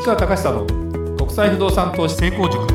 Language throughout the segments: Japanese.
川隆久の国際不動産投資成功塾。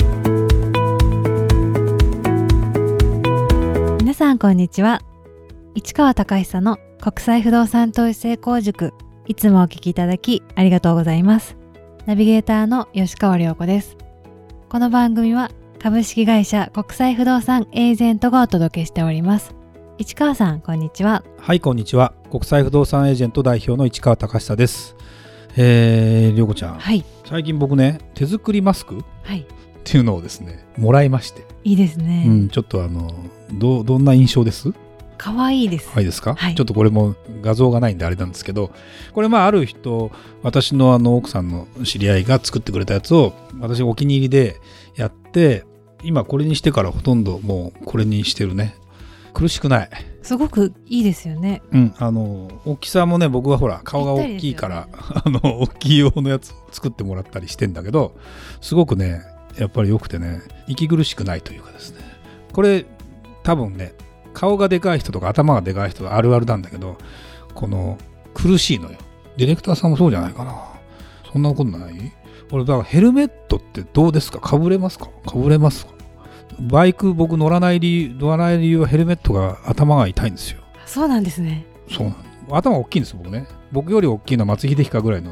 皆さんこんにちは。市川隆久の国際不動産投資成功塾、いつもお聞きいただきありがとうございます。ナビゲーターの吉川良子です。この番組は株式会社国際不動産エージェントがお届けしております。市川さんこんにちは。 はい、こんにちは。国際不動産エージェント代表の市川隆久です。良子ちゃん、 はい、 最近僕ね、手作りマスク、 はい、 っていうのをですねもらいまして、 いいですね、 ちょっとどんな印象です？ かわいいです。 はいですか、 はい、 ちょっとこれも画像がないんであれなんですけど、これある人、私の奥さんの知り合いが作ってくれたやつを私お気に入りでやって、今これにしてからほとんどもうこれにしてるね。苦しくない。 すごくいいですよね。 大きさもね、僕はほら顔が大きいから、大きい用のやつを作ってもらったりしてんだけど、すごくねやっぱり良くてね、息苦しくないというかですね。これ多分ね、顔がでかい人とか頭がでかい人はあるあるなんだけど、この苦しいのよ。ディレクターさんもそうじゃないかな。そんなことない？俺だからヘルメットってどうですか？かぶれますか？かぶれますか？バイク僕乗らない理由はヘルメットが頭が痛いんですよ。 そうなんですね。 そうなん頭大きいんですよ僕ね。僕より大きいのは松井秀喜かぐらいの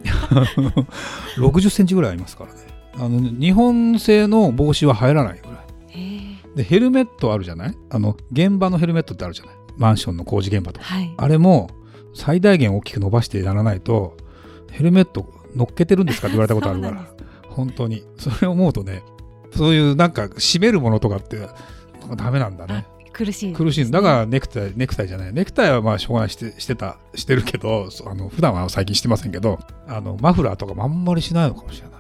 60センチぐらいありますからね。日本製の帽子は入らないぐらいで、ヘルメットあるじゃない、現場のヘルメットってあるじゃない、マンションの工事現場とか、はい、あれも最大限大きく伸ばしてやらないと、ヘルメット乗っけてるんですかって言われたことあるから本当にそれを思うとね、そういうなんか締めるものとかってダメなんだね。 苦しい、 苦しい。だからネクタイじゃない。ネクタイはまあしょうがないしてるけど、普段は最近してませんけど、マフラーとかもあんまりしないのかもしれない。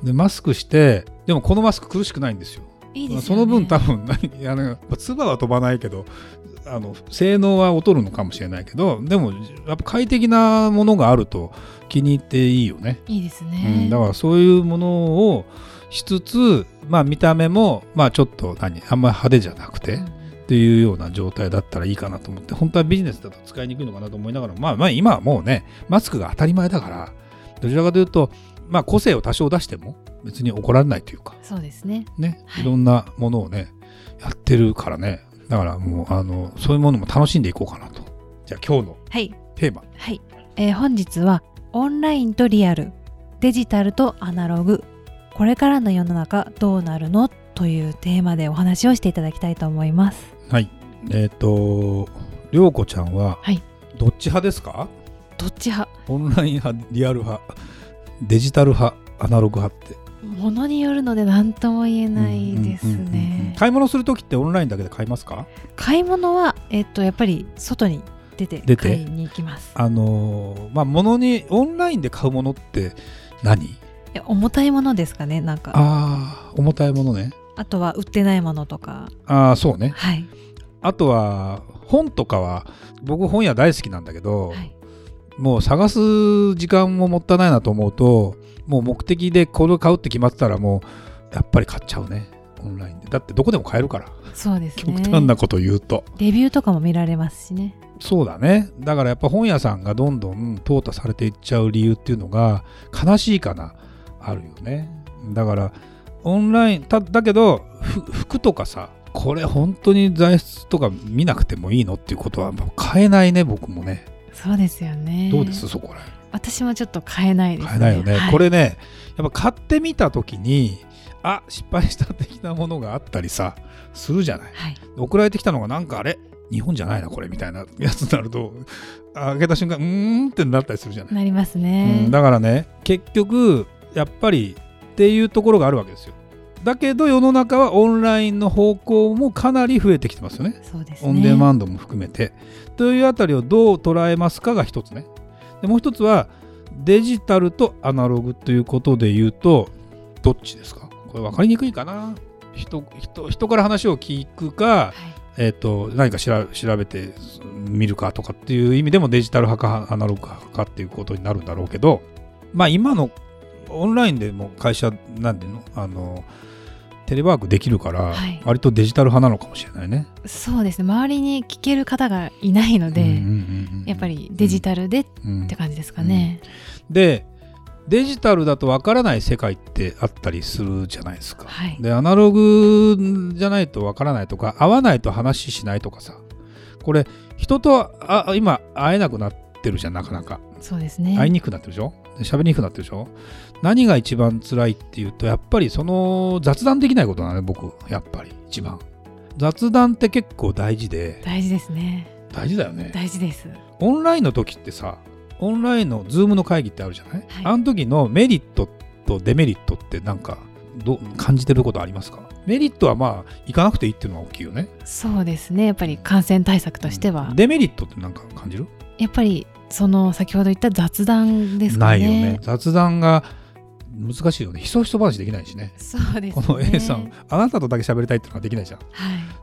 でマスクして、でもこのマスク苦しくないんですよ。 いいですよね。 その分多分唾は飛ばないけど、性能は劣るのかもしれないけど、でもやっぱ快適なものがあると気に入っていいよね。 いいですね。 だからそういうものをしつつ、見た目もちょっとあんまり派手じゃなくて、っていうような状態だったらいいかなと思って、本当はビジネスだと使いにくいのかなと思いながら、今はもうねマスクが当たり前だから、どちらかというと個性を多少出しても別に怒られないというか、 そうですね。 いろんなものをねやってるからね。だからもうそういうものも楽しんでいこうかなと。じゃあ今日のテーマ、 はい、本日はオンラインとリアル、デジタルとアナログ、これからの世の中どうなるのというテーマでお話をしていただきたいと思います。 はい。涼子ちゃんはどっち派ですか？ どっち派？オンライン派、リアル派、デジタル派、アナログ派って。 ものによるので何とも言えないですね。 買い物するときってオンラインだけで買いますか？ 買い物は、やっぱり外に出て買いに行きます。 物にオンラインで買うものって何？ 重たいものですかね。なんか重たいものね。 あとは売ってないものとか。 そうね。 はい。 あとは本とかは、僕本屋大好きなんだけど、はい、もう探す時間ももったいないなと思うと、もう目的でこれを買うって決まってたら、もうやっぱり買っちゃうね、オンラインで。だってどこでも買えるから。 そうですね。 極端なこと言うとレビューとかも見られますしね。 そうだね。だからやっぱ本屋さんがどんどん淘汰されていっちゃう理由っていうのが悲しいかな、あるよね。だからオンラインだけど、服とかさ、これ本当に材質とか見なくてもいいのっていうことは買えないね、僕もね。 そうですよね。 どうですそこら？ 私もちょっと買えないですね。 買えないよね、はい、これね、やっぱ買ってみた時に失敗した的なものがあったりさするじゃない、はい、送られてきたのがなんかあれ日本じゃないなこれみたいなやつになると、開けた瞬間ってなったりするじゃない。 なりますね、 だからね、結局やっぱりっていうところがあるわけですよ。だけど世の中はオンラインの方向もかなり増えてきてますよね。 そうですね。 オンデマンドも含めてというあたりをどう捉えますかが一つね。でもう一つはデジタルとアナログということで言うと、どっちですか？これ分かりにくいかな。人から話を聞くか、はい、何か調べてみるかとかっていう意味でもデジタル派かアナログ派かっていうことになるんだろうけど、今のオンラインでも会社なんでのテレワークできるから、はい、割とデジタル派なのかもしれないね。 そうですね。周りに聞ける方がいないので、やっぱりデジタルでって感じですかね。 でデジタルだとわからない世界ってあったりするじゃないですか、 はい、 でアナログじゃないとわからないとか、会わないと話しないとかさ、これ人と今会えなくなってるじゃん、なかなか。 そうですね、 会いにくくなってるでしょ、喋りにくくなってるでしょ。何が一番辛いっていうと、やっぱりその雑談できないことなのね、僕やっぱり一番。雑談って結構大事で。 大事ですね。 大事だよね。 大事です。 オンラインの時ってさ、オンラインのズームの会議ってあるじゃない、 はい、 あの時のメリットとデメリットってなんか感じてることありますか？メリットはまあ行かなくていいっていうのは大きいよね。 そうですね、やっぱり感染対策としては、 デメリットってなんか感じる？ やっぱりその先ほど言った雑談ですかね。 ないよね。雑談が難しいよね。ひそひそ話できないしね。 そうですね。 この A さん、あなたとだけ喋りたいっていうのができないじゃん。 はい。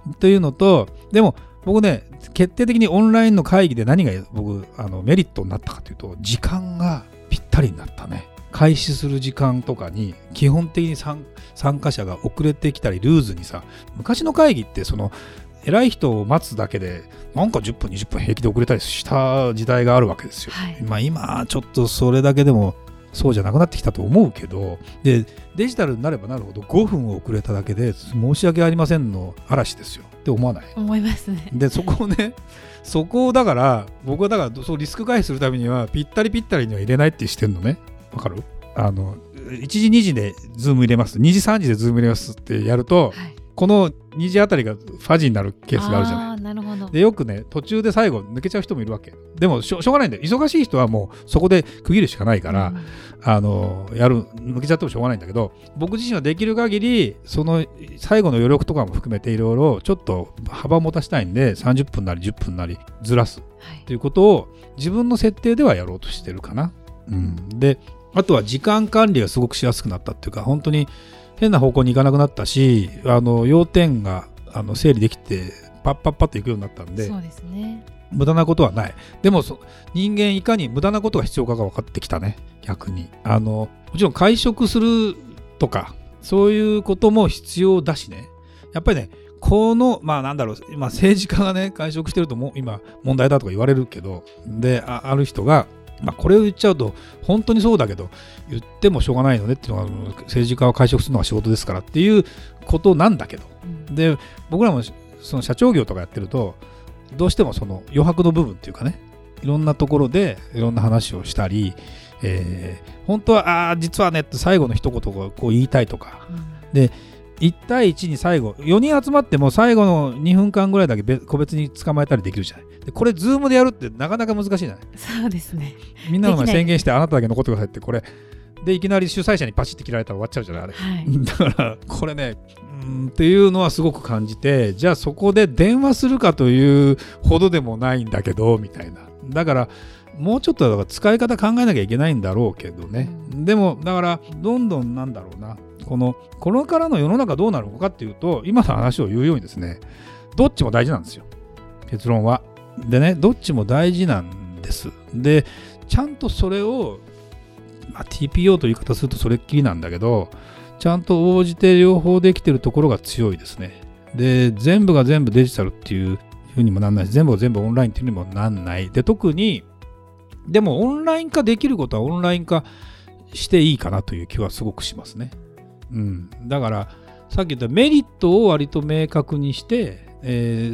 というのと、でも僕ね、決定的にオンラインの会議で何が僕メリットになったかというと、時間がぴったりになったね。開始する時間とかに基本的に参加者が遅れてきたり、ルーズにさ、昔の会議ってその偉い人を待つだけでなんか10分20分平気で遅れたりした時代があるわけですよ、はい。まあ今ちょっとそれだけでもそうじゃなくなってきたと思うけど、でデジタルになればなるほど5分遅れただけで申し訳ありませんの嵐ですよって思わない？ 思いますね。 でそこをね、そこをだから僕はだからそうリスク回避するためにはぴったりには入れないってしてんのね。わかる？1時2時でズーム入れます、2時3時でズーム入れますってやると、はい、この2時あたりがファジーになるケースがあるじゃない。 なるほど。 でよくね、途中で最後抜けちゃう人もいるわけ。でもしょうがないんだよ。忙しい人はもうそこで区切るしかないから、抜けちゃってもしょうがないんだけど、僕自身はできる限りその最後の余力とかも含めていろいろちょっと幅を持たせたいんで、30分なり10分なりずらすということを自分の設定ではやろうとしてるかな。であとは時間管理がすごくしやすくなったっていうか、本当に変な方向に行かなくなったし、要点が整理できてパッと行くようになったんで、 そうですね、 無駄なことはない。でも人間いかに無駄なことが必要かが分かってきたね。逆にもちろん会食するとかそういうことも必要だしね。やっぱりね、この政治家がね会食してるともう今問題だとか言われるけど、である人がこれを言っちゃうと本当にそうだけど言ってもしょうがないのねっていうのは、政治家は会食するのが仕事ですからっていうことなんだけど、で僕らもその社長業とかやってるとどうしてもその余白の部分っていうかね、いろんなところでいろんな話をしたり、本当は実はねって最後の一言をこう言いたいとか、で1対1に最後4人集まっても最後の2分間ぐらいだけ個別に捕まえたりできるじゃない。でこれズームでやるってなかなか難しいじゃない。 そうですね。 みんなの前宣言してあなただけ残ってくださいって、これでいきなり主催者にパチって切られたら終わっちゃうじゃないあれ、はい、だからこれねっていうのはすごく感じて、じゃあそこで電話するかというほどでもないんだけどみたいな。だからもうちょっとだから使い方考えなきゃいけないんだろうけどね、でもだからどんどんなんだろうな、これからの世の中どうなるのかっていうと、今の話を言うようにですね、どっちも大事なんですよ、結論は。でね、どっちも大事なんです。でちゃんとそれを、TPO という言い方するとそれっきりなんだけど、ちゃんと応じて両方できてるところが強いですね。で全部が全部デジタルっていうふうにもなんないし、全部が全部オンラインっていうにもなんない。で特にでもオンライン化できることはオンライン化していいかなという気はすごくしますね。だからさっき言ったメリットを割と明確にして、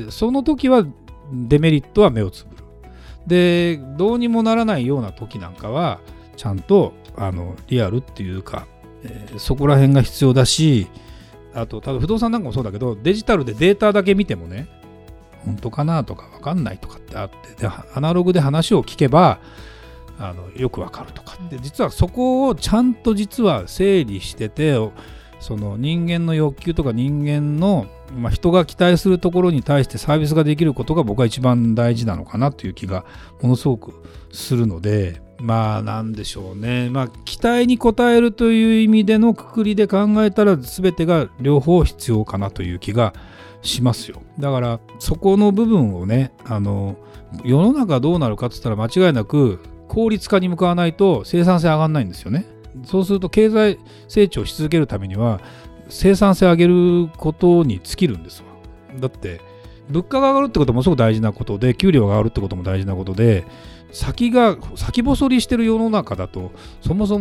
その時はデメリットは目をつぶる。でどうにもならないような時なんかはちゃんとリアルっていうか、そこら辺が必要だし、あと多分不動産なんかもそうだけど、デジタルでデータだけ見てもね、本当かなとか分かんないとかってあって、でアナログで話を聞けばよく分かるとかって、実はそこをちゃんと実は整理してて、その人間の欲求とか人間の、人が期待するところに対してサービスができることが僕は一番大事なのかなという気がものすごくするので、なんでしょうね、期待に応えるという意味でのくくりで考えたら全てが両方必要かなという気がしますよ。だからそこの部分をね、世の中どうなるかって言ったら間違いなく効率化に向かわないと生産性上がらないんですよね。そうすると経済成長し続けるためには生産性上げることに尽きるんですわ。だって物価が上がるってこともすごく大事なことで、給料が上がるってことも大事なことで、先細りしてる世の中だとそもそも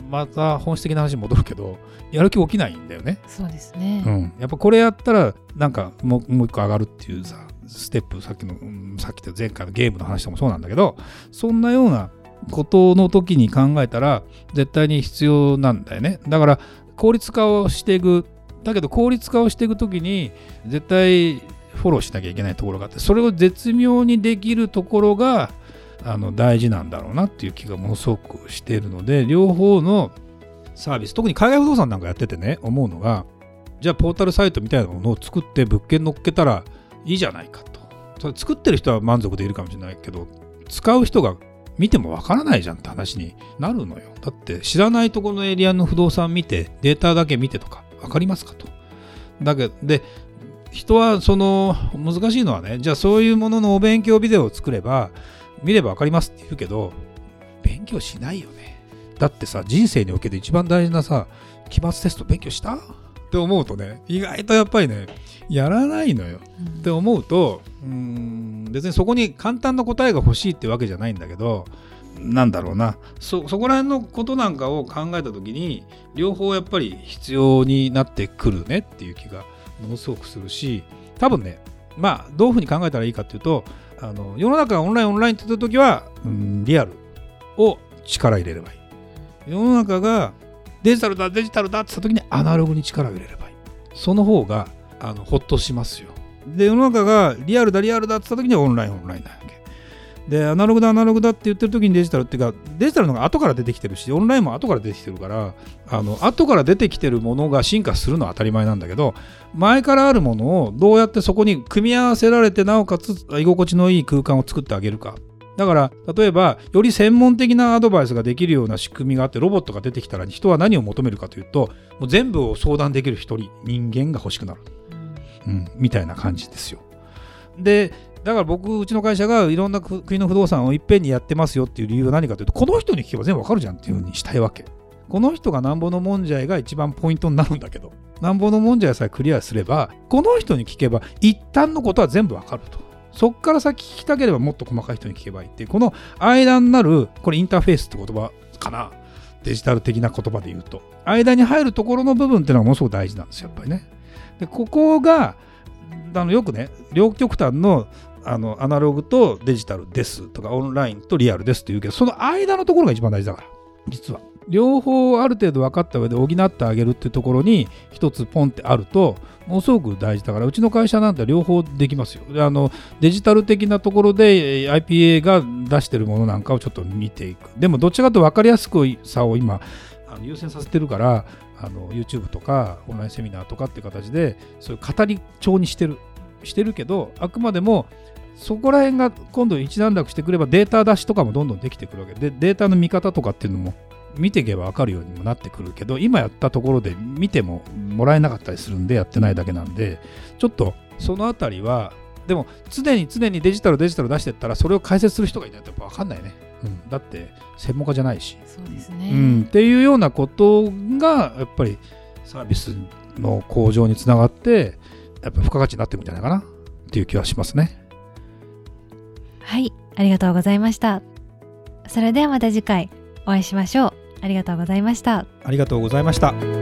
また本質的な話に戻るけど、やる気起きないんだよね。 そうですね、 やっぱこれやったらなんかもう一個上がるっていうさステップ、さっき前回のゲームの話でもそうなんだけど、そんなようなことの時に考えたら絶対に必要なんだよね。だから効率化をしていく、だけど効率化をしていく時に絶対フォローしなきゃいけないところがあって、それを絶妙にできるところが大事なんだろうなっていう気がものすごくしているので、両方のサービス、特に海外不動産なんかやっててね思うのが、じゃあポータルサイトみたいなものを作って物件乗っけたらいいじゃないかと。それ作ってる人は満足でいるかもしれないけど、使う人が見てもわからないじゃんって話になるのよ。だって知らないところのエリアの不動産見てデータだけ見てとかわかりますかと。だけどで人はその難しいのはね、じゃあそういうもののお勉強ビデオを作れば見ればわかりますって言うけど、勉強しないよね。だってさ、人生におけて一番大事なさ期末テスト勉強したって思うとね、意外とやっぱりねやらないのよ、って思うと、別にそこに簡単な答えが欲しいってわけじゃないんだけど、なんだろうな、そこら辺のことなんかを考えた時に両方やっぱり必要になってくるねっていう気がものすごくするし、多分ね、まあどういうふうに考えたらいいかっていうと、世の中がオンラインって言った時は、リアルを力入れればいい。世の中がデジタルだって言った時にアナログに力を入れればいい。その方がほっとしますよ。で、世の中がリアルだって言った時にはオンラインなわけで、アナログだって言ってる時にデジタルっていうか、デジタルのが後から出てきてるし、オンラインも後から出てきてるから、後から出てきてるものが進化するのは当たり前なんだけど、前からあるものをどうやってそこに組み合わせられて、なおかつ居心地のいい空間を作ってあげるか。だから例えばより専門的なアドバイスができるような仕組みがあって、ロボットが出てきたら人は何を求めるかというと、もう全部を相談できる人間が欲しくなる、みたいな感じですよ。でだからうちの会社がいろんな国の不動産をいっぺんにやってますよっていう理由は何かというと、この人に聞けば全部わかるじゃんっていうふうにしたいわけ。この人がなんぼのもんじゃいが一番ポイントになるんだけど、なんぼのもんじゃいさえクリアすれば、この人に聞けば一旦のことは全部わかると。そっから先聞きたければもっと細かい人に聞けばいいっていう、この間になる、これインターフェースって言葉かな、デジタル的な言葉で言うと、間に入るところの部分っていうのがものすごく大事なんですよ、やっぱりね。でここがよくね、両極端のアナログとデジタルですとか、オンラインとリアルですって言うけど、その間のところが一番大事だから、実は両方ある程度分かった上で補ってあげるっていうところに一つポンってあるとものすごく大事だから、うちの会社なんて両方できますよ。でデジタル的なところで IPA が出してるものなんかをちょっと見ていく。でもどっちかというと分かりやすくさを今優先させてるから、YouTube とかオンラインセミナーとかっていう形でそういう語り調にしてるけど、あくまでもそこら辺が今度一段落してくればデータ出しとかもどんどんできてくるわけで、データの見方とかっていうのも見ていけば分かるようにもなってくるけど、今やったところで見てももらえなかったりするんでやってないだけなんで、ちょっとそのあたりはでも常にデジタル出してったらそれを解説する人がいないとやっぱ分かんないね、だって専門家じゃないし、 そうですね、 っていうようなことがやっぱりサービスの向上につながってやっぱ付加価値になっていくんじゃないかなっていう気はしますね。 はい、ありがとうございました。それではまた次回お会いしましょう。ありがとうございました。 ありがとうございました。